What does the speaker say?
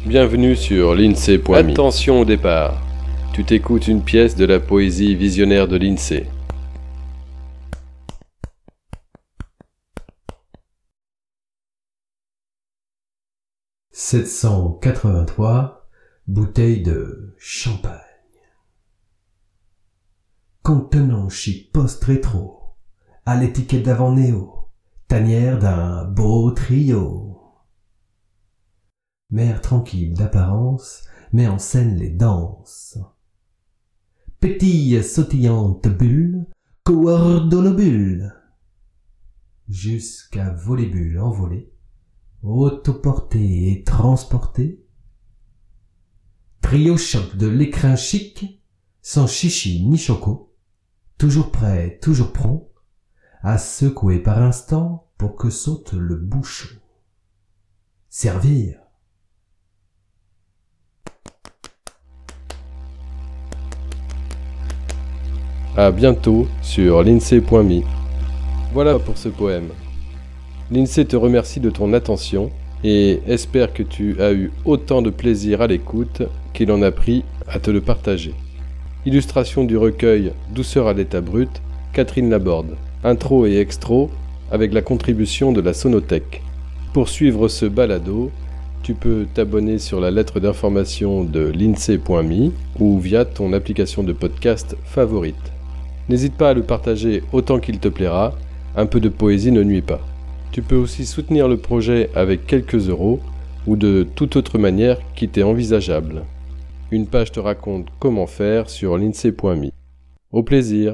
Bienvenue sur l'INSEE.me. Attention au départ. Tu t'écoutes une pièce de la poésie visionnaire de l'INSEE. « 783 bouteilles de champagne contenant chic post-rétro, à l'étiquette d'avant néo, tanière d'un beau trio. Mère tranquille d'apparence met en scène les danses. Pétille sautillante bulle, coordonnobule, jusqu'à volébule envolée, autoportée et transportée. Trio choc de l'écrin chic, sans chichi ni choco, toujours prêt, toujours prompt, à secouer par instant pour que saute le bouchon. Servir. À bientôt sur l'INSEE.me. Voilà pour ce poème. L'INSEE te remercie de ton attention et espère que tu as eu autant de plaisir à l'écoute qu'il en a pris à te le partager. Illustration du recueil Douceur à l'état brut, Catherine Laborde. Intro et extro avec la contribution de la Sonothèque. Pour suivre ce balado, tu peux t'abonner sur la lettre d'information de l'INSEE.me ou via ton application de podcast favorite. N'hésite pas à le partager autant qu'il te plaira, un peu de poésie ne nuit pas. Tu peux aussi soutenir le projet avec quelques euros ou de toute autre manière qui t'est envisageable. Une page te raconte comment faire sur l'INSEE.me. Au plaisir!